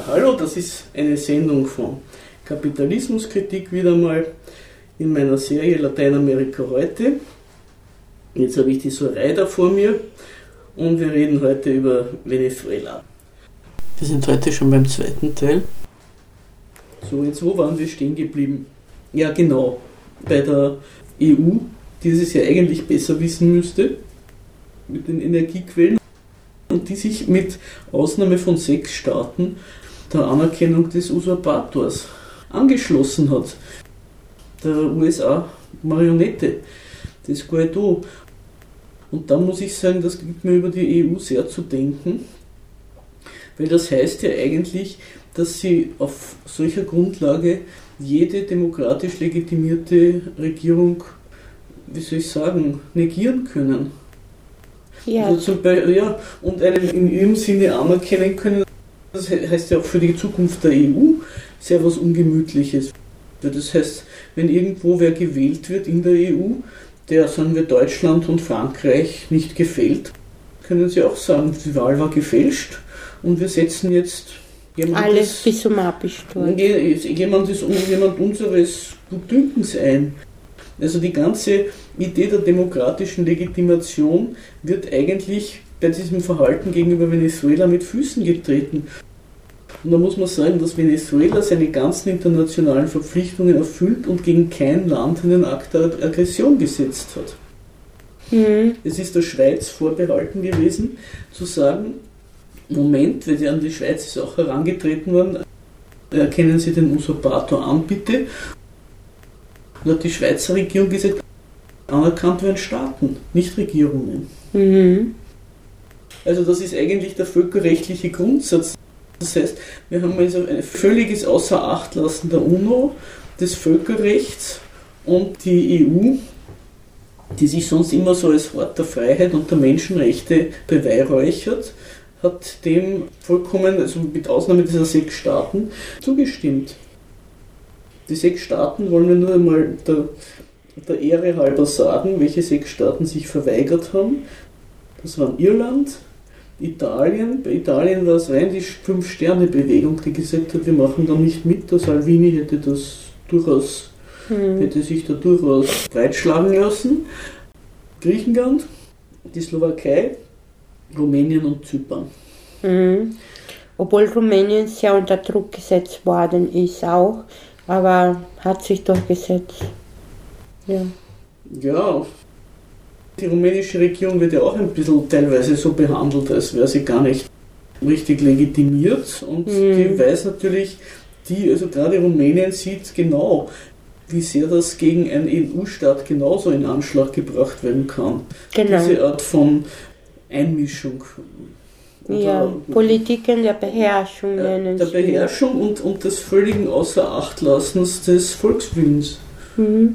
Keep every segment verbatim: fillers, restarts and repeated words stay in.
Hallo, das ist eine Sendung von Kapitalismuskritik wieder mal in meiner Serie Lateinamerika heute. Jetzt habe ich die Soraya da vor mir und wir reden heute über Venezuela. Wir sind heute schon beim zweiten Teil. So, jetzt wo waren wir stehen geblieben? Ja genau, bei der E U, die es ja eigentlich besser wissen müsste mit den Energiequellen und die sich mit Ausnahme von sechs Staaten der Anerkennung des Usurpators angeschlossen hat. Der U S A-Marionette, des Guaidó. Und da muss ich sagen, das gibt mir über die E U sehr zu denken, weil das heißt ja eigentlich, dass sie auf solcher Grundlage jede demokratisch legitimierte Regierung, wie soll ich sagen, negieren können. Ja. Also zum Beispiel, ja, und einen in ihrem Sinne anerkennen können. Das heißt ja auch für die Zukunft der E U sehr was Ungemütliches. Das heißt, wenn irgendwo wer gewählt wird in der E U, der, sagen wir, Deutschland und Frankreich nicht gefällt, können sie auch sagen, die Wahl war gefälscht und wir setzen jetzt jemandes, alles bis zum Absturz. Jemandes, jemand unseres Gutdünkens ein. Also die ganze Idee der demokratischen Legitimation wird eigentlich bei diesem Verhalten gegenüber Venezuela mit Füßen getreten. Und da muss man sagen, dass Venezuela seine ganzen internationalen Verpflichtungen erfüllt und gegen kein Land einen Akt der Aggression gesetzt hat. Mhm. Es ist der Schweiz vorbehalten gewesen, zu sagen, Moment, weil an die Schweiz ist auch herangetreten worden, erkennen Sie den Usurpator an, bitte. Und hat die Schweizer Regierung gesagt, anerkannt werden Staaten, nicht Regierungen. Mhm. Also das ist eigentlich der völkerrechtliche Grundsatz. Das heißt, wir haben also ein völliges Außerachtlassen der UNO, des Völkerrechts und die E U, die sich sonst immer so als Hort der Freiheit und der Menschenrechte beweihräuchert, hat dem vollkommen, also mit Ausnahme dieser sechs Staaten, zugestimmt. Die sechs Staaten wollen wir nur einmal der, der Ehre halber sagen, welche sechs Staaten sich verweigert haben. Das waren Irland, Italien. Bei Italien war es rein die Fünf-Sterne-Bewegung, die gesagt hat, wir machen da nicht mit. Der Salvini hätte das durchaus, hm. hätte sich da durchaus breitschlagen lassen. Griechenland, die Slowakei, Rumänien und Zypern. Mhm. Obwohl Rumänien sehr unter Druck gesetzt worden ist auch, aber hat sich durchgesetzt. Ja. Ja, die rumänische Regierung wird ja auch ein bisschen teilweise so behandelt, als wäre sie gar nicht richtig legitimiert. Und mhm. die weiß natürlich, die, also gerade Rumänien sieht genau, wie sehr das gegen einen E U-Staat genauso in Anschlag gebracht werden kann. Genau. Diese Art von Einmischung. Oder, ja, Politiken der Beherrschung nennen. Der Beherrschung und, und des völligen Außerachtlassens des Volkswillens. Mhm.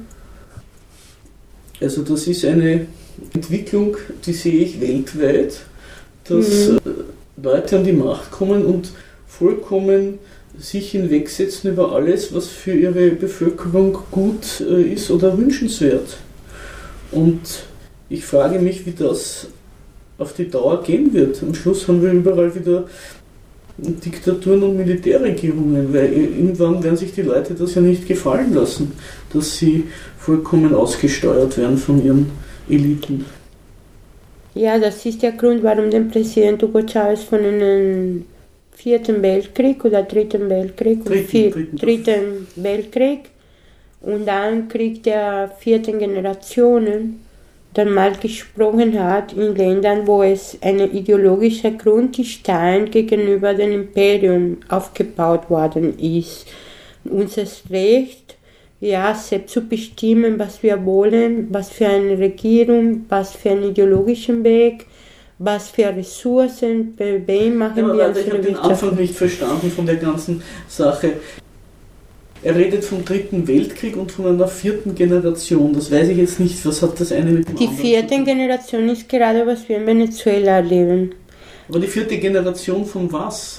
Also das ist eine Entwicklung, die sehe ich weltweit, dass mhm. Leute an die Macht kommen und vollkommen sich hinwegsetzen über alles, was für ihre Bevölkerung gut ist oder wünschenswert. Und ich frage mich, wie das auf die Dauer gehen wird. Am Schluss haben wir überall wieder Diktaturen und Militärregierungen, weil irgendwann werden sich die Leute das ja nicht gefallen lassen, dass sie vollkommen ausgesteuert werden von ihren Eliten. Ja, das ist der Grund, warum der Präsident Hugo Chávez von einem vierten Weltkrieg oder dritten Weltkrieg, dritten, vier, dritten, dritten Weltkrieg und dann Krieg der vierten Generationen dann mal gesprochen hat in Ländern, wo es ein ideologischer Grundstein gegenüber dem Imperium aufgebaut worden ist. Unser Recht, ja, selbst zu bestimmen, was wir wollen, was für eine Regierung, was für einen ideologischen Weg, was für Ressourcen, bei wem machen ja, aber wir warte, ich habe den Anfang nicht verstanden von der ganzen Sache. Er redet vom dritten Weltkrieg und von einer vierten Generation. Das weiß ich jetzt nicht. Was hat das eine mit dem Die anderen vierte zu tun? Generation ist gerade, was wir in Venezuela erleben. Aber die vierte Generation von was?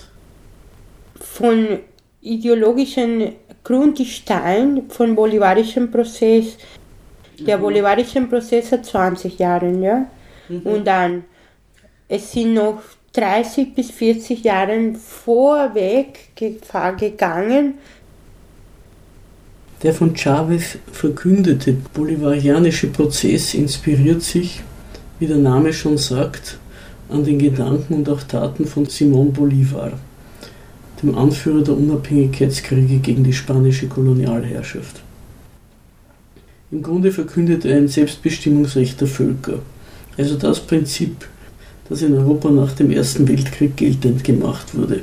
Von ideologischen Grundstein, von bolivarischem Prozess. Der Mhm. bolivarische Prozess hat zwanzig Jahre, ja. Mhm. Und dann, es sind noch dreißig bis vierzig Jahren vorweg gegangen. Der von Chávez verkündete bolivarianische Prozess inspiriert sich, wie der Name schon sagt, an den Gedanken und auch Taten von Simón Bolívar, dem Anführer der Unabhängigkeitskriege gegen die spanische Kolonialherrschaft. Im Grunde verkündet er ein Selbstbestimmungsrecht der Völker, also das Prinzip, das in Europa nach dem Ersten Weltkrieg geltend gemacht wurde.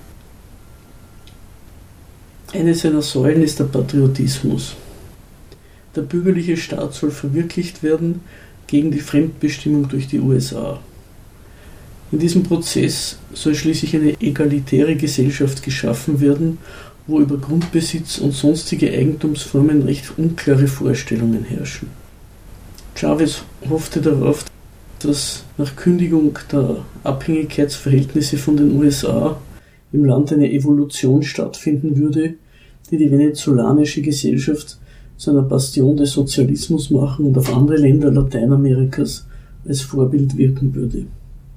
Eine seiner Säulen ist der Patriotismus. Der bürgerliche Staat soll verwirklicht werden gegen die Fremdbestimmung durch die U S A. In diesem Prozess soll schließlich eine egalitäre Gesellschaft geschaffen werden, wo über Grundbesitz und sonstige Eigentumsformen recht unklare Vorstellungen herrschen. Chávez hoffte darauf, dass nach Kündigung der Abhängigkeitsverhältnisse von den U S A im Land eine Evolution stattfinden würde, die die venezolanische Gesellschaft zu einer Bastion des Sozialismus machen und auf andere Länder Lateinamerikas als Vorbild wirken würde.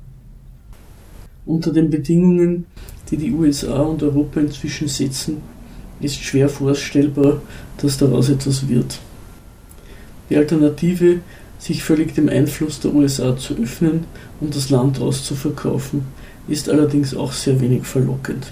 Unter den Bedingungen, die die U S A und Europa inzwischen setzen, ist schwer vorstellbar, dass daraus etwas wird. Die Alternative, sich völlig dem Einfluss der U S A zu öffnen und das Land auszuverkaufen, ist allerdings auch sehr wenig verlockend.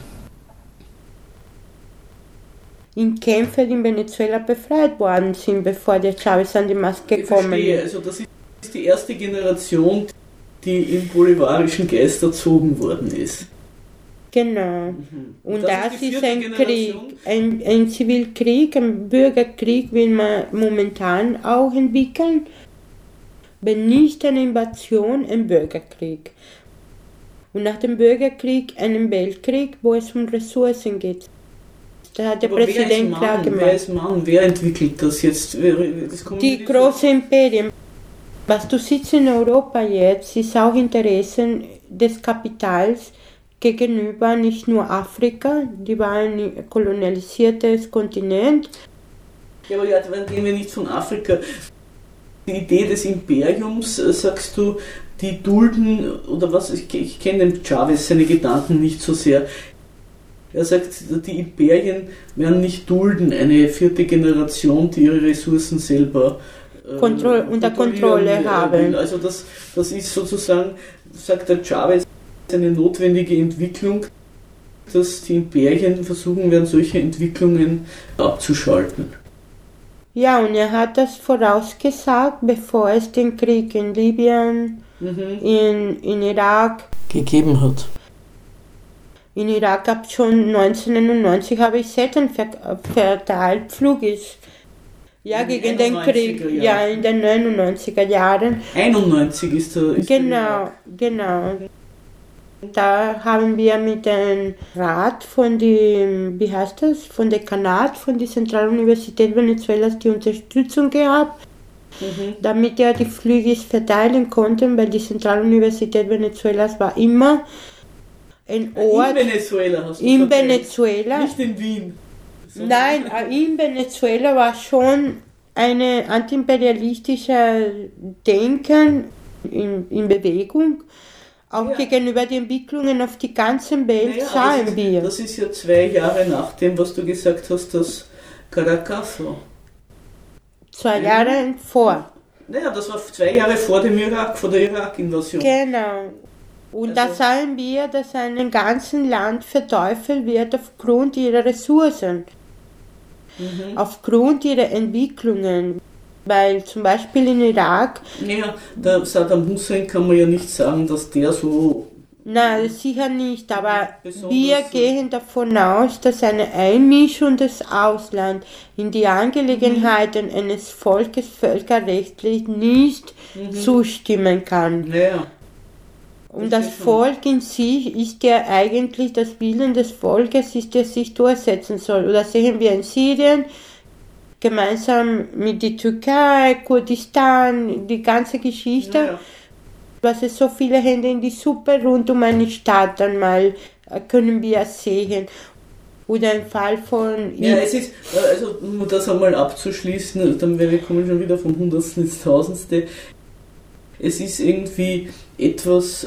In Kämpfen in Venezuela befreit worden sind, bevor der Chávez an die Macht gekommen ist. Also das ist die erste Generation, die im bolivarischen Geist erzogen worden ist. Genau. Mhm. Und das, das ist, ist ein Generation. Krieg, ein, ein Zivilkrieg, ein Bürgerkrieg will man momentan auch entwickeln. Wenn nicht eine Invasion, ein Bürgerkrieg. Und nach dem Bürgerkrieg einen Weltkrieg, wo es um Ressourcen geht. Da hat der Aber Präsident klar gemacht. Wer ist Mann? Wer entwickelt das jetzt? Das die großen Imperien. Was du siehst in Europa jetzt, ist auch Interessen des Kapitals gegenüber nicht nur Afrika, die war ein kolonialisiertes Kontinent. Ja, aber ja, gehen wir nicht von Afrika. Die Idee des Imperiums, sagst du, die dulden, oder was, ich, ich kenne den Chávez seine Gedanken nicht so sehr. Er sagt, die Imperien werden nicht dulden, eine vierte Generation, die ihre Ressourcen selber äh, Kontroll, unter Kontrolle will. haben. Also das, das ist sozusagen, sagt der Chávez, eine notwendige Entwicklung, dass die Imperien versuchen werden, solche Entwicklungen abzuschalten. Ja, und er hat das vorausgesagt, bevor es den Krieg in Libyen, mhm. in, in Irak gegeben hat. In Irak gab es schon neunzehnhundertneunundneunzig, habe ich Setten verteilt, Flugis. Ja, in gegen den Krieg, Jahren. Ja, in den neunundneunziger Jahren. einundneunzig ist der. Ist genau, der genau. Da haben wir mit dem Rat von dem, wie heißt das, von der Kanat, von der Zentraluniversität Venezuelas die Unterstützung gehabt, mhm. damit er die Flüge verteilen konnte, weil die Zentraluniversität Venezuelas war immer ein Ort. In Venezuela hast du In verteilt. Venezuela. Nicht in Wien. So. Nein, in Venezuela war schon eine antiimperialistische Denken in, in Bewegung. Auch ja. gegenüber den Entwicklungen auf die ganze Welt naja, sahen das wir. Das ist ja zwei Jahre nach dem, was du gesagt hast, das Caracazo. Zwei Jahre vor. Naja, das war zwei Jahre vor dem Irak, vor der Irak-Invasion. Genau. Und also, da sahen wir, dass ein ganzes Land verteufelt wird aufgrund ihrer Ressourcen, mhm. aufgrund ihrer Entwicklungen. Weil zum Beispiel in Irak... Naja, der Saddam Hussein kann man ja nicht sagen, dass der so... Nein, sicher nicht, aber wir gehen davon aus, dass eine Einmischung des Auslands in die Angelegenheiten mhm. eines Volkes völkerrechtlich nicht mhm. zustimmen kann. Naja. Und das Volk in sich ist ja eigentlich, das Willen des Volkes ist, der sich durchsetzen soll. Oder sehen wir in Syrien, gemeinsam mit der Türkei, Kurdistan, die ganze Geschichte, ja, ja. was es so viele Hände in die Suppe rund um eine Stadt einmal können wir sehen. Oder ein Fall von... Ja, es ist, also um das einmal abzuschließen, dann wir kommen schon wieder vom Hundertsten ins Tausendste. Es ist irgendwie etwas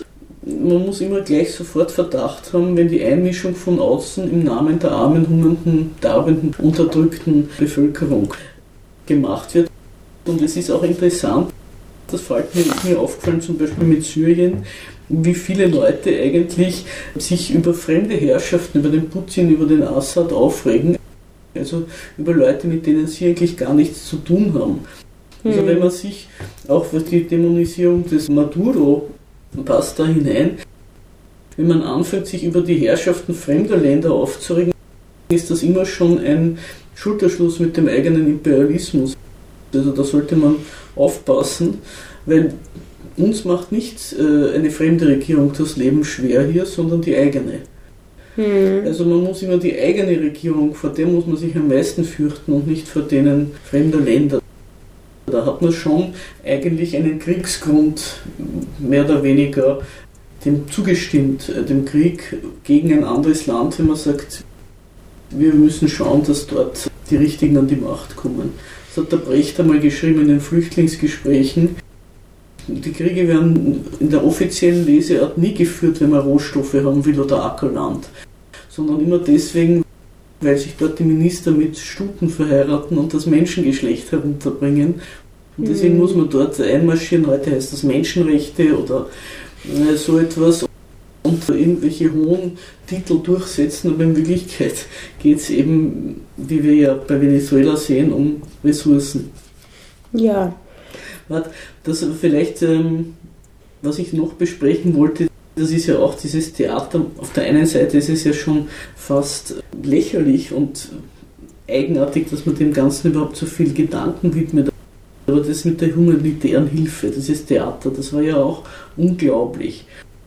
man muss immer gleich sofort Verdacht haben, wenn die Einmischung von außen im Namen der armen, hungernden, darbenden, unterdrückten Bevölkerung gemacht wird. Und es ist auch interessant, das fällt mir, ist mir aufgefallen, zum Beispiel mit Syrien, wie viele Leute eigentlich sich über fremde Herrschaften, über den Putin, über den Assad aufregen, also über Leute, mit denen sie eigentlich gar nichts zu tun haben. Also wenn man sich auch für die Dämonisierung des Maduro passt da hinein, wenn man anfängt, sich über die Herrschaften fremder Länder aufzuregen, ist das immer schon ein Schulterschluss mit dem eigenen Imperialismus. Also da sollte man aufpassen, weil uns macht nicht äh, eine fremde Regierung das Leben schwer hier, sondern die eigene. Hm. Also man muss immer die eigene Regierung, vor der muss man sich am meisten fürchten und nicht vor denen fremder Länder. Da hat man schon eigentlich einen Kriegsgrund, mehr oder weniger dem zugestimmt, dem Krieg gegen ein anderes Land, wenn man sagt, wir müssen schauen, dass dort die Richtigen an die Macht kommen. Das hat der Brecht einmal geschrieben in den Flüchtlingsgesprächen. Die Kriege werden in der offiziellen Leseart nie geführt, wenn man Rohstoffe haben will oder Ackerland, sondern immer deswegen, weil sich dort die Minister mit Stuten verheiraten und das Menschengeschlecht herunterbringen. Und deswegen mhm. muss man dort einmarschieren, heute heißt das Menschenrechte oder äh, so etwas, und irgendwelche hohen Titel durchsetzen, aber in Wirklichkeit geht es eben, wie wir ja bei Venezuela sehen, um Ressourcen. Ja. Das vielleicht, ähm, was ich noch besprechen wollte, das ist ja auch dieses Theater. Auf der einen Seite ist es ja schon fast lächerlich und eigenartig, dass man dem Ganzen überhaupt so viel Gedanken widmet. Aber das mit der humanitären Hilfe, dieses Theater, das war ja auch unglaublich.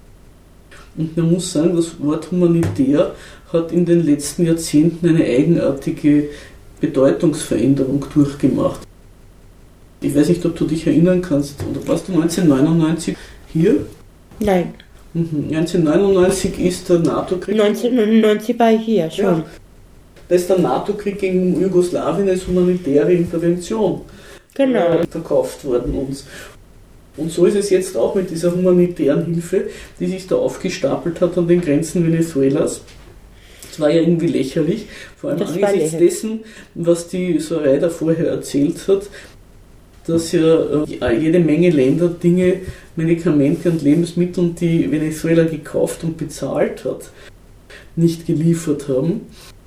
Und man muss sagen, das Wort humanitär hat in den letzten Jahrzehnten eine eigenartige Bedeutungsveränderung durchgemacht. Ich weiß nicht, ob du dich erinnern kannst, oder warst du neunzehnhundertneunundneunzig hier? Nein. Mhm. neunzehnhundertneunundneunzig ist der NATO-Krieg. neunzehnhundertneunundneunzig war ich hier schon. Ja. Da ist der NATO-Krieg gegen Jugoslawien als humanitäre Intervention genau. äh, verkauft worden uns. Und so ist es jetzt auch mit dieser humanitären Hilfe, die sich da aufgestapelt hat an den Grenzen Venezuelas. Das war ja irgendwie lächerlich, vor allem das angesichts dessen, was die Soraya vorher erzählt hat, dass ja äh, jede Menge Länder Dinge, Medikamente und Lebensmittel, die Venezuela gekauft und bezahlt hat, nicht geliefert haben.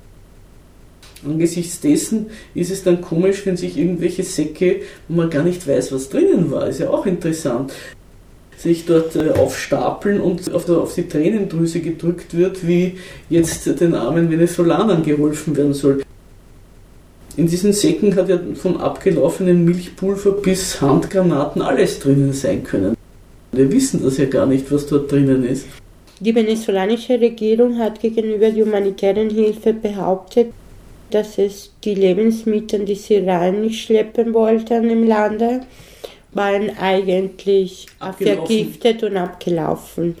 Angesichts dessen ist es dann komisch, wenn sich irgendwelche Säcke, wo man gar nicht weiß, was drinnen war, ist ja auch interessant, sich dort äh, aufstapeln und auf, der, auf die Tränendrüse gedrückt wird, wie jetzt den armen Venezolanern geholfen werden soll. In diesen Säcken hat ja vom abgelaufenen Milchpulver bis Handgranaten alles drinnen sein können. Wir wissen das ja gar nicht, was dort drinnen ist. Die venezolanische Regierung hat gegenüber der humanitären Hilfe behauptet, dass es die Lebensmittel, die sie reinschleppen wollten im Lande, waren eigentlich abgelaufen. Vergiftet und abgelaufen.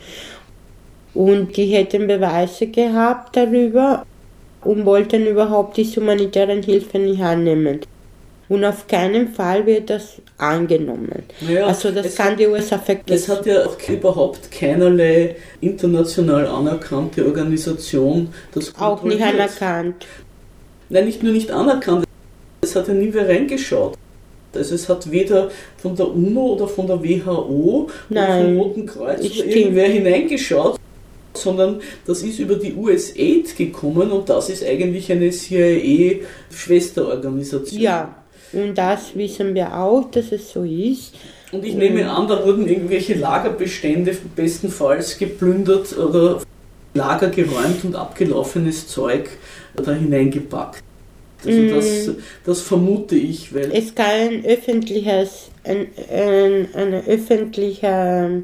Und die hätten Beweise gehabt darüber und wollten überhaupt die humanitären Hilfe nicht annehmen. Und auf keinen Fall wird das angenommen. Naja, also das kann hat, die U S A vergessen. Es hat ja auch überhaupt keinerlei international anerkannte Organisation das auch nicht anerkannt. Nein, nicht nur nicht anerkannt, es hat ja nie wer reingeschaut. Also es hat weder von der UNO oder von der W H O Nein, oder vom Roten Kreuz oder irgendwer hineingeschaut, sondern das ist über die U S A I D gekommen und das ist eigentlich eine C I A-Schwesterorganisation. Ja, und das wissen wir auch, dass es so ist. Und ich nehme an, da wurden irgendwelche Lagerbestände bestenfalls geplündert oder Lager geräumt und abgelaufenes Zeug da hineingepackt. Also mm. das, das vermute ich, weil... Es kann ein öffentliches, ein, ein, eine öffentliche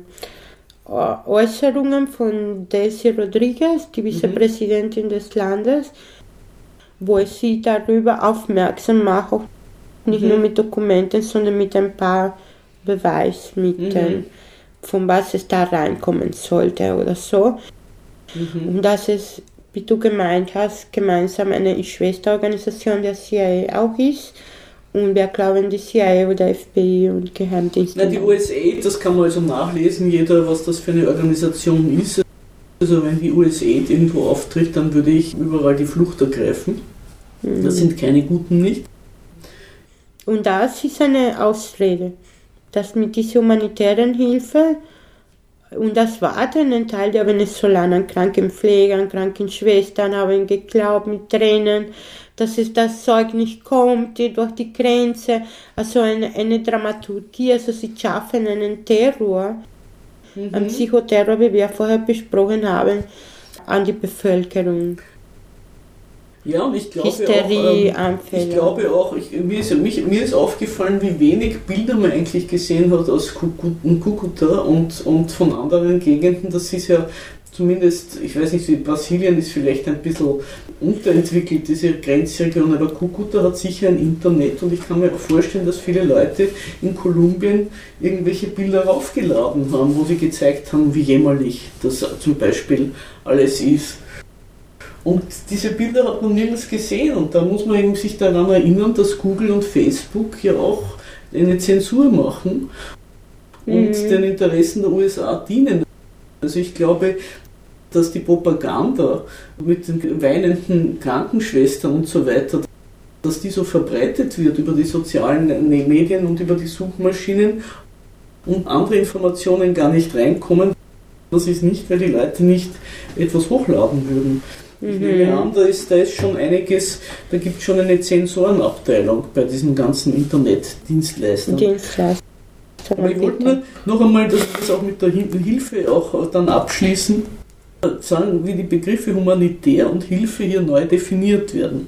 Äußerungen von Daisy Rodriguez, die Vizepräsidentin mhm. des Landes, wo sie darüber aufmerksam macht, nicht mhm. nur mit Dokumenten, sondern mit ein paar Beweismitteln, mhm. von was es da reinkommen sollte oder so. Mhm. Und dass es, wie du gemeint hast, gemeinsam eine Schwesterorganisation der C I A auch ist Und wir glauben die C I A oder F B I und Geheimdienste. Na, die U S A, das kann man also nachlesen, jeder, was das für eine Organisation ist. Also wenn die U S A irgendwo auftritt, dann würde ich überall die Flucht ergreifen. Mhm. Das sind keine Guten nicht. Und das ist eine Ausrede, dass mit dieser humanitären Hilfe, und das war dann ein Teil der Venezolaner, Krankenpfleger, Krankenschwestern haben geglaubt mit Tränen, dass es das Zeug nicht kommt durch die Grenze, also eine, eine Dramaturgie, also sie schaffen einen Terror, mhm. einen Psychoterror, wie wir vorher besprochen haben, an die Bevölkerung. Ja, und ich glaube Hysterie, auch, ähm, ich glaube auch ich, mir, ist, mich, mir ist aufgefallen, wie wenig Bilder man eigentlich gesehen hat aus Kukuta und, und von anderen Gegenden. Das ist ja zumindest, ich weiß nicht, Brasilien ist vielleicht ein bisschen unterentwickelt, diese Grenzregion, aber Kukuta hat sicher ein Internet und ich kann mir auch vorstellen, dass viele Leute in Kolumbien irgendwelche Bilder raufgeladen haben, wo sie gezeigt haben, wie jämmerlich das zum Beispiel alles ist. Und diese Bilder hat man nirgends gesehen und da muss man eben sich daran erinnern, dass Google und Facebook ja auch eine Zensur machen und mhm. den Interessen der U S A dienen. Also ich glaube, dass die Propaganda mit den weinenden Krankenschwestern und so weiter, dass die so verbreitet wird über die sozialen Medien und über die Suchmaschinen und andere Informationen gar nicht reinkommen. Das ist nicht, weil die Leute nicht etwas hochladen würden. Ich nehme an, da ist, da ist schon einiges, da gibt es schon eine Zensorenabteilung bei diesen ganzen Internetdienstleistern. Dienstleister. Aber ich wollte nur noch einmal, dass wir das auch mit der Hilfe auch dann abschließen, sagen, wie die Begriffe humanitär und Hilfe hier neu definiert werden.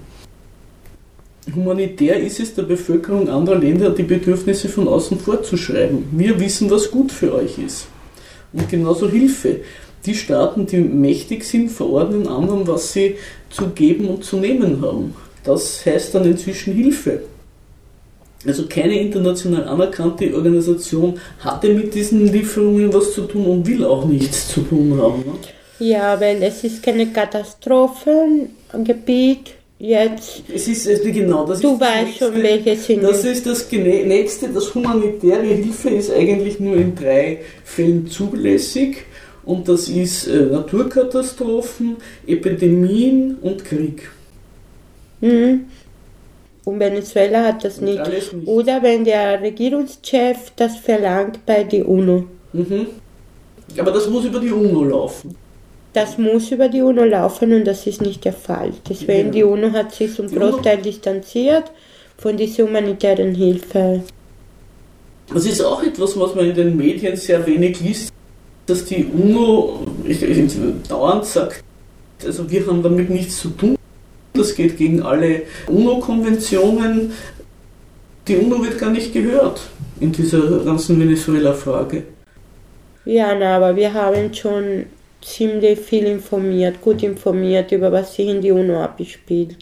Humanitär ist es, der Bevölkerung anderer Länder die Bedürfnisse von außen vorzuschreiben. Wir wissen, was gut für euch ist. Und genauso Hilfe. Die Staaten, die mächtig sind, verordnen anderen, was sie zu geben und zu nehmen haben. Das heißt dann inzwischen Hilfe. Also keine international anerkannte Organisation hatte mit diesen Lieferungen was zu tun und will auch nichts zu tun haben. Ne? Ja, weil es ist keine Katastrophengebiet. Jetzt. Es ist also genau das. Du ist weißt nächste, schon, welche sind. Das ist das nächste. Das humanitäre Hilfe ist eigentlich nur in drei Fällen zulässig. Und das ist äh, Naturkatastrophen, Epidemien und Krieg. Mhm. Und Venezuela hat das nicht. nicht. Oder wenn der Regierungschef das verlangt bei der UNO. Mhm. Aber das muss über die UNO laufen. Das muss über die UNO laufen und das ist nicht der Fall. Deswegen ja. Die UNO hat sich zum Großteil distanziert von dieser humanitären Hilfe. Das ist auch etwas, was man in den Medien sehr wenig liest, dass die UNO ich, ich, dauernd sagt, also wir haben damit nichts zu tun, das geht gegen alle UNO-Konventionen. Die UNO wird gar nicht gehört in dieser ganzen Venezuela-Frage. Ja, na, aber wir haben schon ziemlich viel informiert, gut informiert, über was sich in die UNO abspielt.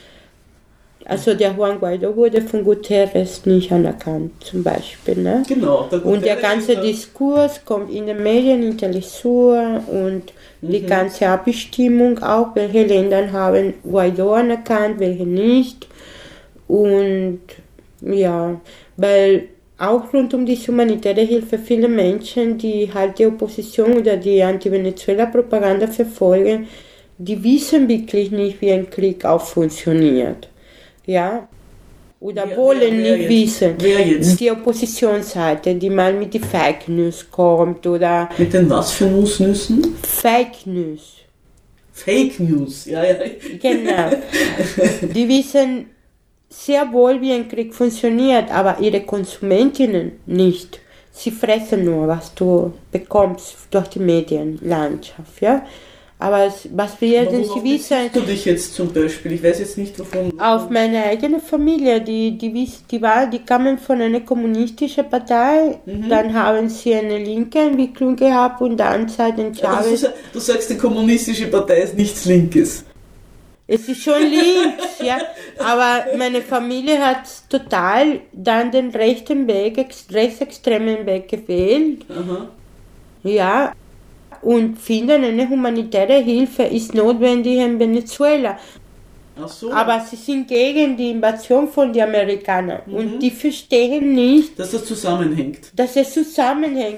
Also der Juan Guaido wurde von Guterres nicht anerkannt, zum Beispiel. Ne? Genau. Der und der ganze Diskurs kommt in den Medien, in Telesur und mhm. die ganze Abstimmung auch, welche Länder haben Guaido anerkannt, welche nicht. Und ja, weil auch rund um die humanitäre Hilfe viele Menschen, die halt die Opposition oder die Anti-Venezuela-Propaganda verfolgen, die wissen wirklich nicht, wie ein Krieg auch funktioniert. Ja, oder wer, wollen wer, wer nicht jetzt? wissen. Wer jetzt? Die Oppositionsseite, die mal mit den Fake News kommt oder... Mit den was für Nussnüssen? Fake News. Fake News, ja, ja. Genau. Die wissen sehr wohl, wie ein Krieg funktioniert, aber ihre Konsumentinnen nicht. Sie fressen nur, was du bekommst durch die Medienlandschaft, ja. Aber was werden Sie wissen? Du dich jetzt zum Beispiel? Ich weiß jetzt nicht, wovon. Auf meine eigene Familie. Die, die, die, war, die kamen von einer kommunistischen Partei. Mhm. Dann haben sie eine linke Entwicklung gehabt und dann seit den Chavez. Ja, du sagst, die kommunistische Partei ist nichts Linkes. Es ist schon links, ja. Aber meine Familie hat total dann den rechten Weg, rechtsextremen Weg gewählt. Aha. Ja. Und finden, eine humanitäre Hilfe ist notwendig in Venezuela. Ach so. Aber sie sind gegen die Invasion von den Amerikanern. Mhm. Und die verstehen nicht, Dass das zusammenhängt. dass es zusammenhängt.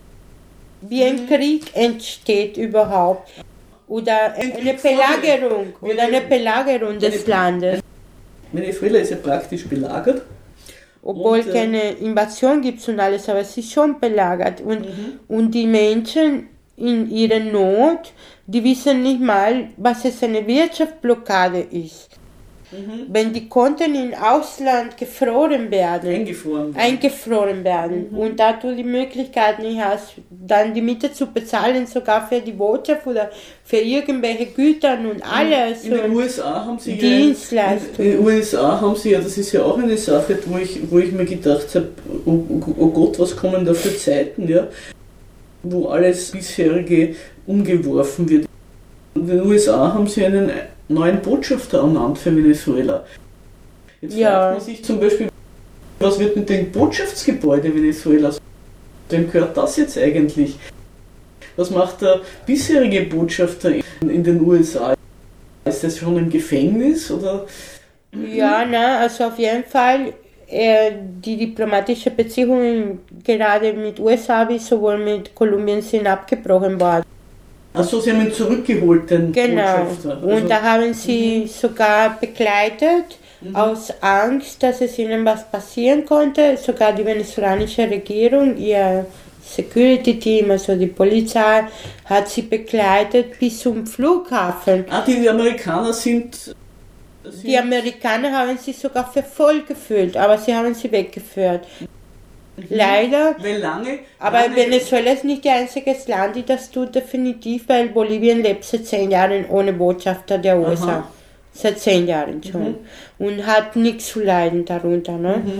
Wie ein Mhm. Krieg entsteht überhaupt. Oder Ein eine Krieg vorher. Belagerung. Wie Oder eine eine- Belagerung des eine- Landes. Venezuela ist ja praktisch belagert. Obwohl Und, äh, keine Invasion gibt und alles, aber es ist schon belagert. Und, Mhm. und die Menschen in ihrer Not, die wissen nicht mal, was es eine Wirtschaftsblockade ist. Mhm. Wenn die Konten im Ausland gefroren werden, Eingefroren. eingefroren werden Mhm. und da du die Möglichkeit nicht hast, dann die Miete zu bezahlen, sogar für die Botschaft oder für irgendwelche Güter und alles. In den und U S A haben sie Dienstleistung. ja, in den U S A haben sie ja, das ist ja auch eine Sache, wo ich, wo ich mir gedacht habe, oh, oh, oh Gott, was kommen da für Zeiten, ja, wo alles bisherige umgeworfen wird. In den U S A haben sie einen neuen Botschafter ernannt für Venezuela. Jetzt Ja. fragt man sich zum Beispiel, was wird mit dem Botschaftsgebäude Venezuelas? Wem gehört das jetzt eigentlich? Was macht der bisherige Botschafter in, in den U S A? Ist das schon im Gefängnis oder? Ja, na, also auf jeden Fall äh, die diplomatischen Beziehungen gerade mit U S A wie sowohl mit Kolumbien sind abgebrochen worden. Achso, sie haben ihn zurückgeholt, den Genau. Botschafter. Und da haben sie sogar begleitet, aus Angst, dass es ihnen was passieren konnte. Sogar die venezolanische Regierung, ihr Security-Team, also die Polizei, hat sie begleitet bis zum Flughafen. Ah, die Amerikaner sind. sind Die Amerikaner haben sie sogar für voll gefühlt, aber sie haben sie weggeführt. Leider. Weil lange. Aber lange, Venezuela ist nicht das einzige Land, die das tut, definitiv, weil Bolivien lebt seit zehn Jahren ohne Botschafter der U S A. Aha. Seit zehn Jahren schon. Und hat nichts zu leiden darunter. Ne? Mhm.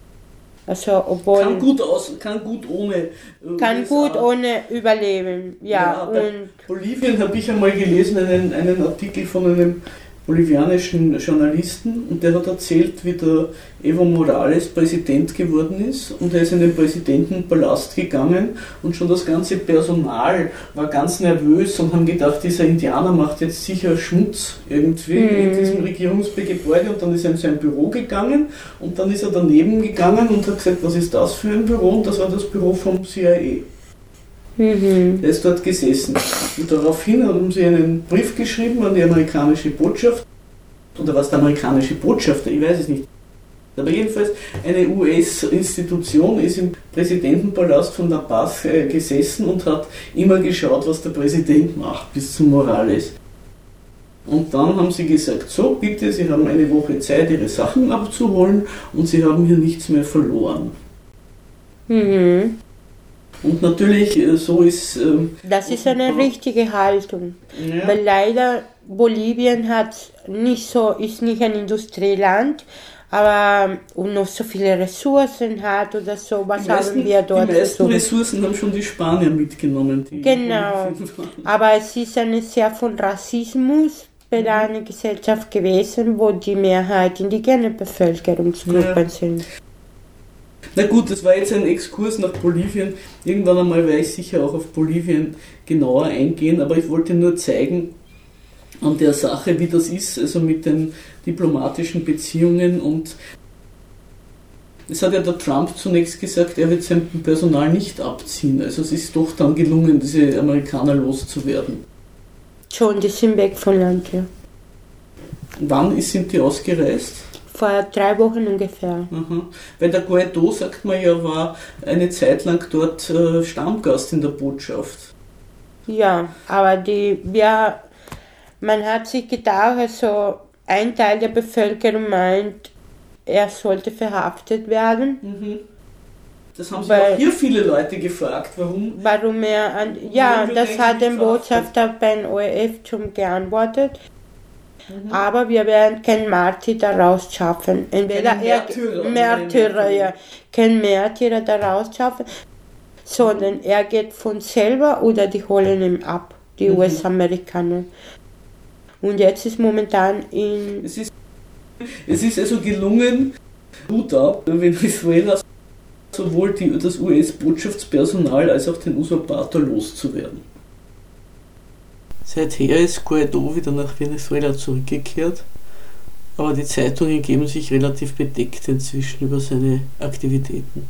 Also, obwohl. Kann gut aus, kann gut ohne. äh, kann U S A. gut ohne überleben. Ja, bei und. Bolivien habe ich einmal gelesen, einen, einen Artikel von einem bolivianischen Journalisten, und der hat erzählt, wie der Evo Morales Präsident geworden ist, und er ist in den Präsidentenpalast gegangen und schon das ganze Personal war ganz nervös und haben gedacht, dieser Indianer macht jetzt sicher Schmutz irgendwie in diesem Regierungsgebäude, und dann ist er in sein Büro gegangen und dann ist er daneben gegangen und hat gesagt, was ist das für ein Büro, und das war das Büro vom C I A. Mhm. Er ist dort gesessen. Und daraufhin haben sie einen Brief geschrieben an die amerikanische Botschaft. Oder was der amerikanische Botschafter, ich weiß es nicht. Aber jedenfalls eine U S-Institution ist im Präsidentenpalast von La Paz äh, gesessen und hat immer geschaut, was der Präsident macht, bis zum Morales. Und dann haben sie gesagt, so bitte, Sie haben eine Woche Zeit, Ihre Sachen abzuholen, und Sie haben hier nichts mehr verloren. Mhm. Und natürlich, äh, so ist... ähm, Das ist eine richtige Haltung. ja. Weil leider Bolivien hat nicht so, ist nicht ein Industrieland, aber und noch so viele Ressourcen hat oder so, was Die haben meisten, wir dort die meisten versucht. Ressourcen haben schon die Spanier mitgenommen. Die Genau. Aber es ist eine sehr von Rassismus beladene Gesellschaft gewesen, wo die Mehrheit indigene Bevölkerungsgruppen Ja. sind. Na gut, das war jetzt ein Exkurs nach Bolivien. Irgendwann einmal werde ich sicher auch auf Bolivien genauer eingehen, aber ich wollte nur zeigen an der Sache, wie das ist, also mit den diplomatischen Beziehungen. Und es hat ja der Trump zunächst gesagt, er wird sein Personal nicht abziehen. Also es ist doch dann gelungen, diese Amerikaner loszuwerden. Schon, die sind weg von Land, ja. Wann ist, sind die ausgereist? Vor drei Wochen ungefähr. Aha. Weil der Guaidó, sagt man ja, war eine Zeit lang dort äh, Stammgast in der Botschaft. Ja, aber die, ja, man hat sich gedacht, also ein Teil der Bevölkerung meint, er sollte verhaftet werden. Mhm. Das haben sich Weil- auch hier viele Leute gefragt, warum. Warum er an, ja, Warum wird das er hat nicht der Botschafter beim O R F schon geantwortet. Aber wir werden kein Märtyrer daraus schaffen. Entweder Keinen er Märtyrer, Märtyrer, keinen ja, kein Märtyrer daraus schaffen, sondern er geht von selber oder die holen ihn ab, die Mhm. U S-Amerikaner. Und jetzt ist momentan in Es ist, es ist also gelungen, gut ab, Venezuela sowohl die, das U S-Botschaftspersonal als auch den Usurpator loszuwerden. Seither ist Guaidó wieder nach Venezuela zurückgekehrt Aber die Zeitungen geben sich relativ bedeckt inzwischen über seine Aktivitäten.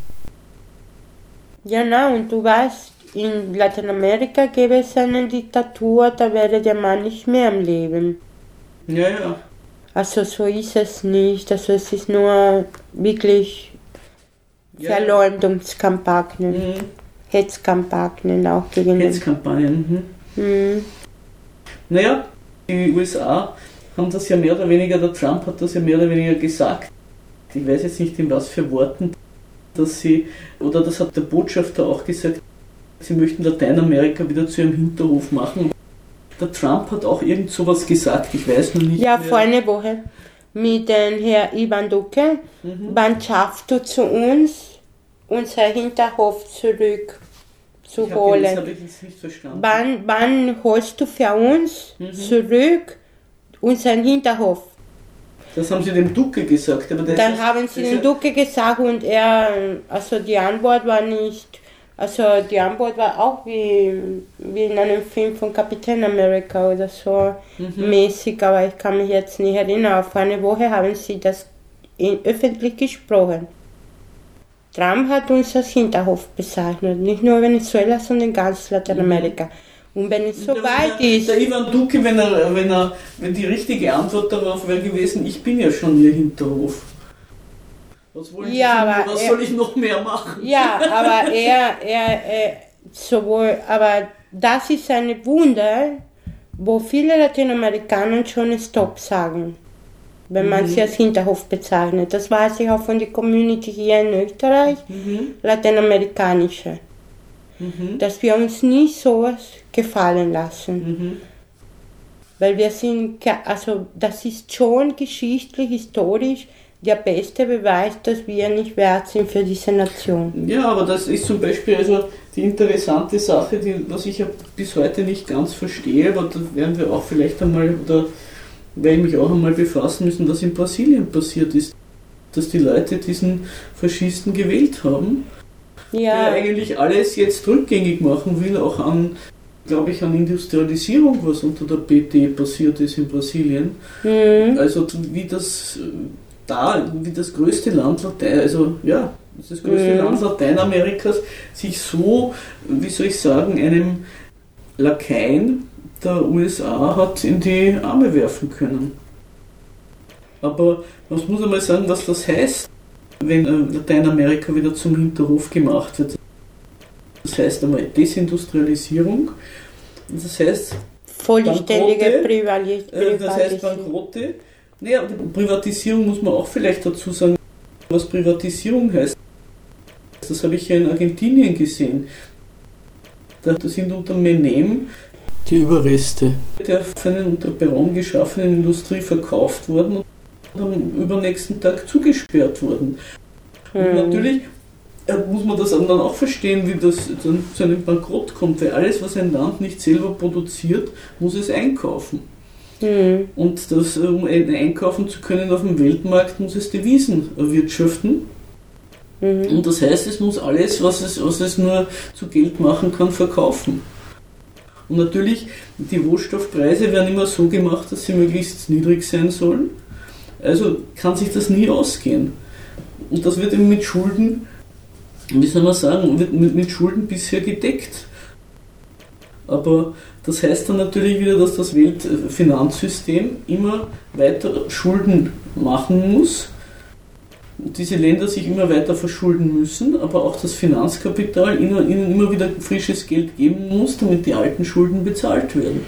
Ja, na, und du weißt, in Lateinamerika gäbe es eine Diktatur, da wäre der Mann nicht mehr am Leben. Ja, ja. Also so ist es nicht, also es ist nur wirklich Ja. Verleumdungskampagnen, Mhm. Hetzkampagnen auch gegen den. Hetzkampagnen. Mhm. Mhm. Naja, die U S A haben das ja mehr oder weniger, der Trump hat das ja mehr oder weniger gesagt. Ich weiß jetzt nicht in was für Worten, dass sie, oder das hat der Botschafter auch gesagt, sie möchten Lateinamerika wieder zu ihrem Hinterhof machen. Der Trump hat auch irgend sowas gesagt, ich weiß noch nicht Ja, mehr. vor einer Woche mit dem Herrn Ivan Duque, Mhm. wann schaffst du zu uns, unser Hinterhof zurück zu Ich hab- holen? Das habe ich jetzt nicht verstanden. Wann, wann holst du für uns Mhm. zurück unseren Hinterhof? Das haben sie dem Duque gesagt. Aber der Dann ist, haben sie der den ist, Duque gesagt und er, also die Antwort war nicht, also die Antwort war auch wie, wie in einem Film von Captain America oder so Mhm. mäßig, aber ich kann mich jetzt nicht erinnern. Vor einer Woche haben sie das in, öffentlich gesprochen. Trump hat uns als Hinterhof bezeichnet, nicht nur Venezuela, sondern ganz Lateinamerika. Und wenn es so Der- weit der, ist, Der Ivan Duque, wenn, er, wenn, er, wenn die richtige Antwort darauf wäre gewesen, ich bin ja schon ihr Hinterhof. Was, wollen Ja, Sie, aber was er- soll ich noch mehr machen? ja, aber er, er, er, sowohl, aber das ist eine Wunder, wo viele Lateinamerikaner schon Stopp sagen, wenn man Mhm. sie als Hinterhof bezeichnet. Das weiß ich auch von der Community hier in Österreich, Mhm. lateinamerikanische, Mhm. dass wir uns nicht sowas gefallen lassen. Mhm. Weil wir sind, ge- also das ist schon geschichtlich, historisch der beste Beweis, dass wir nicht wert sind für diese Nation. Ja, aber das ist zum Beispiel also die interessante Sache, die, was ich ja bis heute nicht ganz verstehe, aber da werden wir auch vielleicht einmal, oder werde ich mich auch einmal befassen müssen, was in Brasilien passiert ist. Dass die Leute diesen Faschisten gewählt haben, Ja, der eigentlich alles jetzt rückgängig machen will, auch an, glaube ich, an Industrialisierung, was unter der P T passiert ist in Brasilien. mhm. Also wie das äh, da, wie das größte Land Latein, also ja, das größte Mhm. Land Lateinamerikas sich so, wie soll ich sagen, einem Lakaien der U S A hat in die Arme werfen können. Aber man muss einmal sagen, was das heißt, wenn äh, Lateinamerika wieder zum Hinterhof gemacht wird. Das heißt einmal Desindustrialisierung, das heißt vollständige Bankrotte, Privali äh, das heißt Privatisierung. Bankrotte. Naja, und Privatisierung muss man auch vielleicht dazu sagen, was Privatisierung heißt. Das habe ich ja in Argentinien gesehen. Da sind unter Menem die Überreste der von einer unter Perón geschaffenen Industrie verkauft worden und am übernächsten Tag zugesperrt worden. Und Mhm. natürlich äh, muss man das dann auch verstehen, wie das dann zu einem Bankrott kommt, weil alles, was ein Land nicht selber produziert, muss es einkaufen. Mhm. Und das, um ein- einkaufen zu können auf dem Weltmarkt, muss es Devisen erwirtschaften. Mhm. Und das heißt, es muss alles, was es, was es nur zu Geld machen kann, verkaufen. Und natürlich, die Rohstoffpreise werden immer so gemacht, dass sie möglichst niedrig sein sollen. Also kann sich das nie ausgehen. Und das wird eben mit Schulden, wie soll man sagen, wird mit, mit Schulden bisher gedeckt. Aber das heißt dann natürlich wieder, dass das Weltfinanzsystem immer weiter Schulden machen muss. Und diese Länder sich immer weiter verschulden müssen, aber auch das Finanzkapital ihnen immer wieder frisches Geld geben muss, damit die alten Schulden bezahlt werden.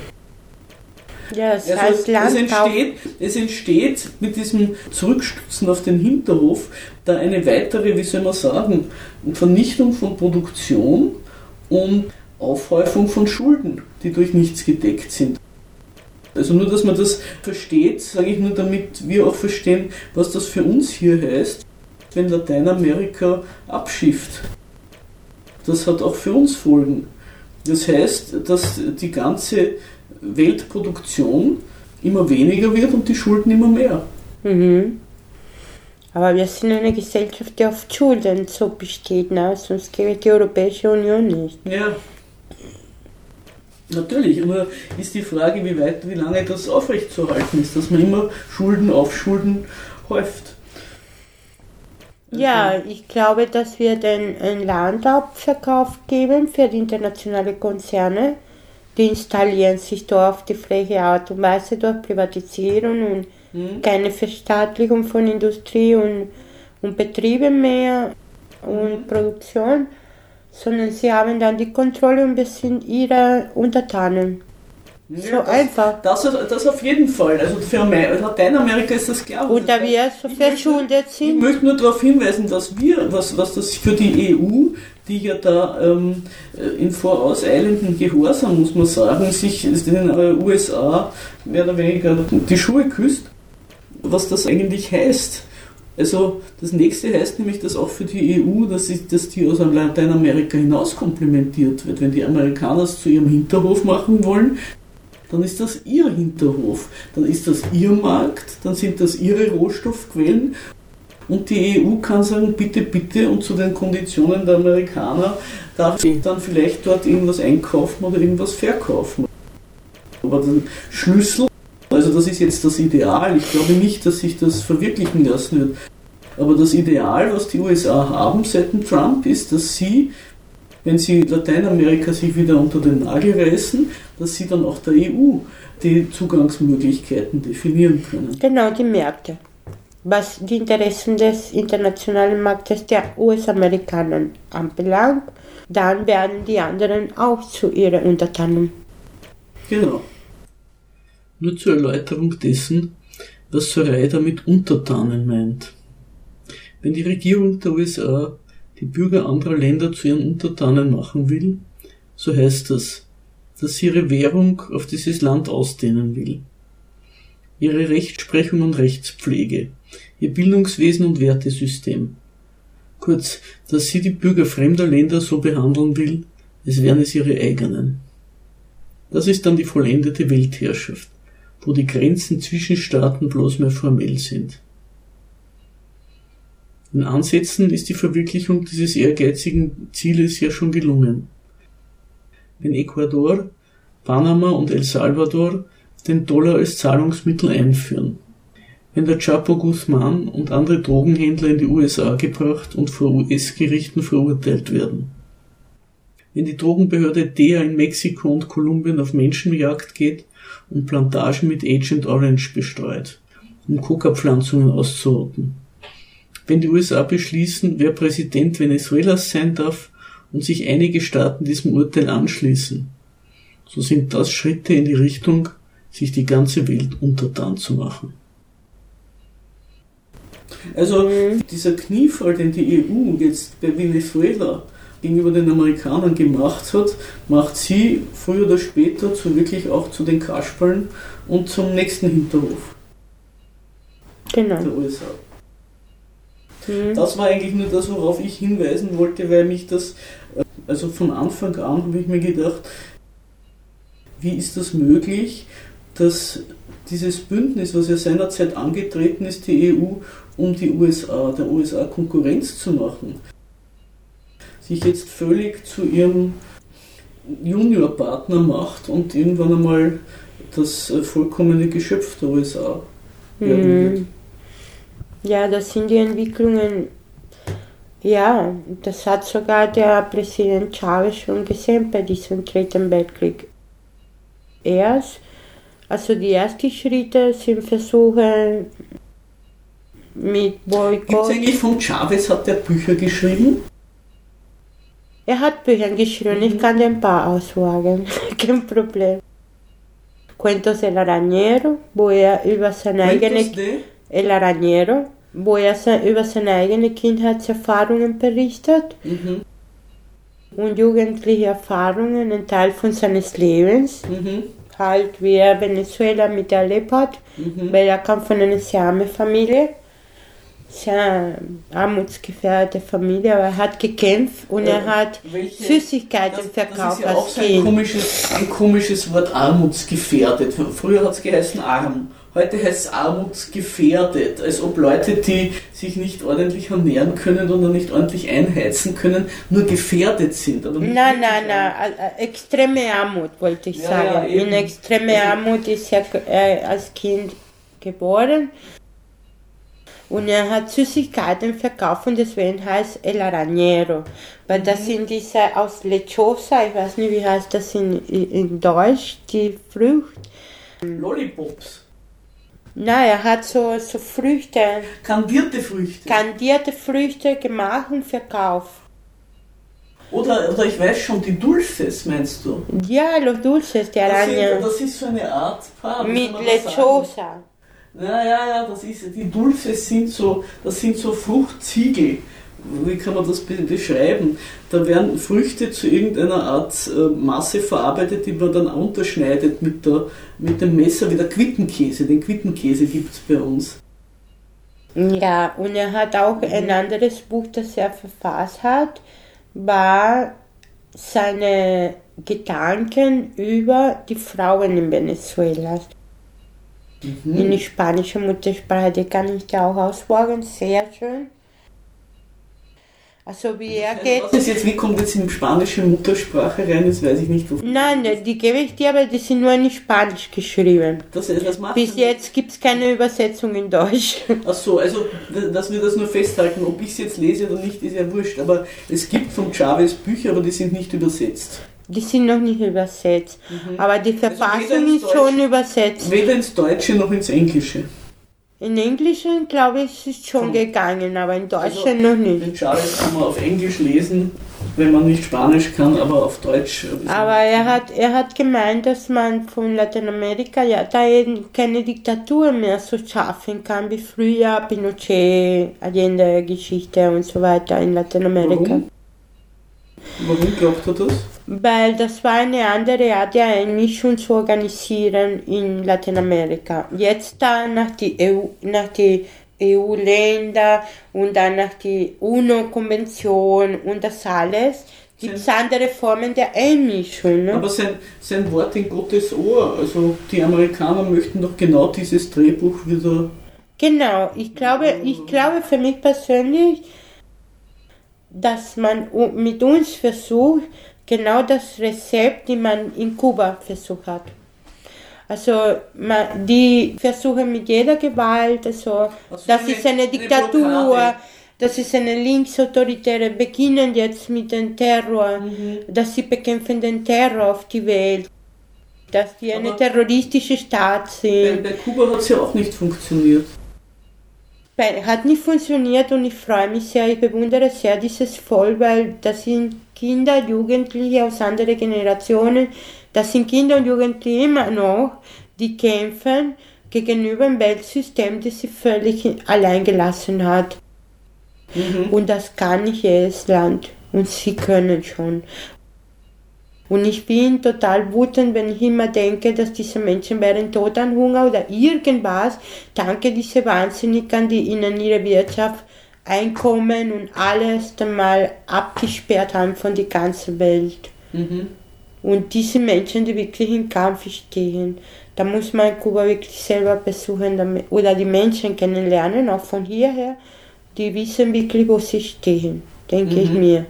Ja, das Also heißt es, Land entsteht, es entsteht mit diesem Zurückstutzen auf den Hinterhof da eine weitere, wie soll man sagen, Vernichtung von Produktion und Aufhäufung von Schulden, die durch nichts gedeckt sind. Also nur, dass man das versteht, sage ich nur, damit wir auch verstehen, was das für uns hier heißt, wenn Lateinamerika abschifft. Das hat auch für uns Folgen. Das heißt, dass die ganze Weltproduktion immer weniger wird und die Schulden immer mehr. Mhm. Aber wir sind eine Gesellschaft, die auf Schulden so besteht, ne? Sonst gäbe die Europäische Union nicht. Ja. Natürlich, nur ist die Frage, wie weit, wie lange das aufrechtzuerhalten ist, dass man immer Schulden auf Schulden häuft. Also ja, ich glaube, das wird ein, ein Landabverkauf geben für die internationalen Konzerne. Die installieren sich da auf die freie Art und Weise durch Privatisierung und mhm. keine Verstaatlichung von Industrie und, und Betrieben mehr und mhm. Produktion, sondern sie haben dann die Kontrolle und wir sind ihre Untertanen. Ja, so das, einfach. Das, das auf jeden Fall. Also für Lateinamerika ist das klar. Und da wir so verschuldet sind. Ich möchte nur darauf hinweisen, dass wir, was, was das für die E U, die ja da ähm, in vorauseilendem Gehorsam, muss man sagen, sich den U S A mehr oder weniger die Schuhe küsst, was das eigentlich heißt. Also das nächste heißt nämlich, dass auch für die E U, dass, ich, dass die aus Lateinamerika hinaus komplementiert wird. Wenn die Amerikaner es zu ihrem Hinterhof machen wollen, dann ist das ihr Hinterhof, dann ist das ihr Markt, dann sind das ihre Rohstoffquellen und die E U kann sagen, bitte, bitte und zu den Konditionen der Amerikaner darf ich dann vielleicht dort irgendwas einkaufen oder irgendwas verkaufen. Aber der Schlüssel, also das ist jetzt das Ideal, ich glaube nicht, dass sich das verwirklichen lassen wird, aber das Ideal, was die U S A haben seit dem Trump, ist, dass sie, wenn sie Lateinamerika sich wieder unter den Nagel reißen, dass sie dann auch der E U die Zugangsmöglichkeiten definieren können. Genau, die Märkte. Was die Interessen des internationalen Marktes der U S-Amerikaner anbelangt, dann werden die anderen auch zu ihren Untertanen. Genau. Nur zur Erläuterung dessen, was Soraya mit Untertanen meint. Wenn die Regierung der U S A die Bürger anderer Länder zu ihren Untertanen machen will, so heißt das, dass sie ihre Währung auf dieses Land ausdehnen will. Ihre Rechtsprechung und Rechtspflege, ihr Bildungswesen und Wertesystem. Kurz, dass sie die Bürger fremder Länder so behandeln will, als wären es ihre eigenen. Das ist dann die vollendete Weltherrschaft, wo die Grenzen zwischen Staaten bloß mehr formell sind. In Ansätzen ist die Verwirklichung dieses ehrgeizigen Zieles ja schon gelungen. Wenn Ecuador, Panama und El Salvador den Dollar als Zahlungsmittel einführen, wenn der Chapo Guzman und andere Drogenhändler in die U S A gebracht und vor U S-Gerichten verurteilt werden, wenn die Drogenbehörde D E A in Mexiko und Kolumbien auf Menschenjagd geht und Plantagen mit Agent Orange bestreut, um Coca-Pflanzungen auszurotten, wenn die U S A beschließen, wer Präsident Venezuelas sein darf und sich einige Staaten diesem Urteil anschließen, so sind das Schritte in die Richtung, sich die ganze Welt untertan zu machen. Also dieser Kniefall, den die E U jetzt bei Venezuela gegenüber den Amerikanern gemacht hat, macht sie früher oder später zu wirklich auch zu den Kasperlen und zum nächsten Hinterhof genau. der U S A. Mhm. Das war eigentlich nur das, worauf ich hinweisen wollte, weil mich das, also von Anfang an habe ich mir gedacht, wie ist das möglich, dass dieses Bündnis, was ja seinerzeit angetreten ist, die E U, um die U S A, der U S A Konkurrenz zu machen, sich jetzt völlig zu ihrem Juniorpartner macht und irgendwann einmal das vollkommene Geschöpf der U S A werden wird. Mhm. Ja, das sind die Entwicklungen, ja, das hat sogar der Präsident Chavez schon gesehen bei diesem Dritten Weltkrieg. Erst, also die ersten Schritte sind Versuche mit Boykott. Gibt es eigentlich von Chavez, hat der Bücher geschrieben? Er hat Bücher geschrieben, mhm. Ich kann dir ein paar aussagen, kein Problem. Cuentos del Arañero, wo er über seine eigene... El Arañero, wo er über seine eigenen Kindheitserfahrungen berichtet mhm. und jugendliche Erfahrungen, ein Teil von seines Lebens, mhm. halt wie er Venezuela miterlebt hat, mhm. weil er kam von einer sehr armen Familie, sehr armutsgefährdete Familie, aber er hat gekämpft und ja, er hat welche, Süßigkeiten das, verkauft. Das ist ja auch so ein komisches, ein komisches Wort, armutsgefährdet. Früher hat es geheißen arm. Heute heißt es armutsgefährdet, als ob Leute, die sich nicht ordentlich ernähren können oder nicht ordentlich einheizen können, nur gefährdet sind. Aber nicht nein, nein, wirklich nein, äh, extreme Armut wollte ich Ja, sagen. ja, eben. In extreme Also- Armut ist er äh, als Kind geboren und er hat Süßigkeiten verkauft und deswegen heißt El Arañero. Weil das sind diese aus Lechosa, ich weiß nicht, wie heißt das in, in Deutsch, die Frucht. Lollipops, Nein, er hat so, so Früchte, kandierte Früchte. kandierte Früchte gemacht und verkauft. Oder, oder ich weiß schon, die Dulces meinst du? Ja, los dulces de Das, sind, araña. das ist so eine Art, ah, wie Mit soll man das sagen? Lechosa. Ja, ja, ja, das ist, die Dulces sind so, das sind so Fruchtziegel. Wie kann man das be- beschreiben? Da werden Früchte zu irgendeiner Art äh, Masse verarbeitet, die man dann unterschneidet mit, der, mit dem Messer, wie der Quittenkäse. Den Quittenkäse gibt es bei uns. Ja, und er hat auch ein anderes Buch, das er verfasst hat, war seine Gedanken über die Frauen in Venezuela. Mhm. In spanischer Muttersprache, die kann ich dir auch ausborgen, sehr schön. Also wie er geht. Was ist jetzt, wie kommt jetzt in spanische Muttersprache rein? Das weiß ich nicht. Wo Nein, die gebe ich dir, aber die sind nur in Spanisch geschrieben. Das, das macht Bis jetzt gibt es keine Übersetzung in Deutsch. Ach so, also dass wir das nur festhalten, ob ich es jetzt lese oder nicht, ist ja wurscht. Aber es gibt von Chavez Bücher, aber die sind nicht übersetzt. Die sind noch nicht übersetzt. Aber die Verfassung weder ins ist schon Deutsche- übersetzt. Weder ins Deutsche noch ins Englische. In Englisch, glaube ich, ist schon Schon. gegangen, aber in Deutsch Also, noch nicht. Den Chavez kann man auf Englisch lesen, wenn man nicht Spanisch kann, aber auf Deutsch. äh, Aber er hat, er hat gemeint, dass man von Lateinamerika ja da eben keine Diktatur mehr so schaffen kann wie früher, Pinochet, Allende-Geschichte und so weiter in Lateinamerika. Warum? Warum glaubt er das? Weil das war eine andere Art, ja, eine Mischung zu organisieren in Lateinamerika. Jetzt da nach die E U, nach die E U-Länder und dann nach die UNO-Konvention und das alles, gibt es andere Formen der Einmischung. Ne? Aber sein, sein Wort in Gottes Ohr, also die Amerikaner möchten doch genau dieses Drehbuch wieder. Genau, ich glaube, ich glaube für mich persönlich, dass man u- mit uns versucht, genau das Rezept, die man in Kuba versucht hat. Also man, die versuchen mit jeder Gewalt, also Also das eine- ist eine eine Diktatur, Blockade. das ist eine linksautoritäre, beginnen jetzt mit dem Terror, dass sie bekämpfen den Terror auf die Welt, dass die eine Aber terroristische Staat Bei, sind. bei Kuba hat es ja auch nicht funktioniert. Bei- Hat nicht funktioniert und ich freue mich sehr, ich bewundere sehr dieses Volk, weil das sind Kinder, Jugendliche aus anderen Generationen, das sind Kinder und Jugendliche immer noch, die kämpfen gegenüber einem Weltsystem, das sie völlig allein gelassen hat. Mhm. Und das kann nicht jedes Land und sie können schon. Und ich bin total wütend, wenn ich immer denke, dass diese Menschen wären tot an Hunger oder irgendwas. Danke diese Wahnsinnigen, die ihnen ihre Wirtschaft, Einkommen und alles dann mal abgesperrt haben von der ganzen Welt. Mhm. Und diese Menschen, die wirklich im Kampf stehen, da muss man Kuba wirklich selber besuchen damit, oder die Menschen kennenlernen, auch von hierher, die wissen wirklich, wo sie stehen, denke ich Mhm. mir.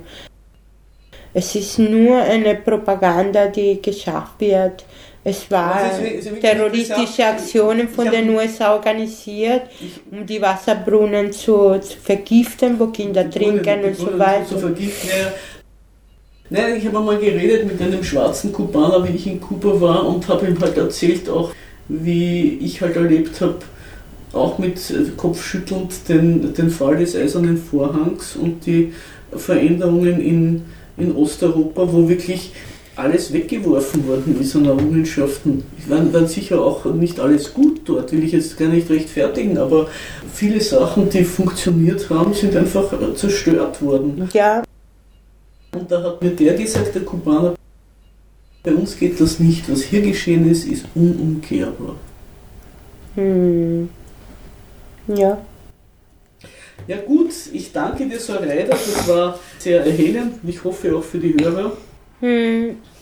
Es ist nur eine Propaganda, die geschafft wird. Es war Aber es ist wi- es ist wirklich terroristische interessant. Aktionen von Ich hab- den U S A organisiert, um die Wasserbrunnen zu, zu vergiften, wo Kinder trinken und so weiter. Zu vergiften, ja. Nein, ich habe einmal geredet mit einem schwarzen Kubaner, wie ich in Kuba war, und habe ihm halt erzählt, auch wie ich halt erlebt habe, auch mit äh, Kopfschüttelnd den, den Fall des Eisernen Vorhangs und die Veränderungen in, in Osteuropa, wo wirklich alles weggeworfen worden ist an Errungenschaften. Es waren, waren sicher auch nicht alles gut dort, will ich jetzt gar nicht rechtfertigen, aber viele Sachen, die funktioniert haben, sind einfach äh, zerstört worden. Ja, Und da hat mir der gesagt, der Kubaner, bei uns geht das nicht. Was hier geschehen ist, ist unumkehrbar. hm. Ja. Ja gut, ich danke dir, Soraya, das war sehr erhellend und ich hoffe auch für die Hörer. Hm.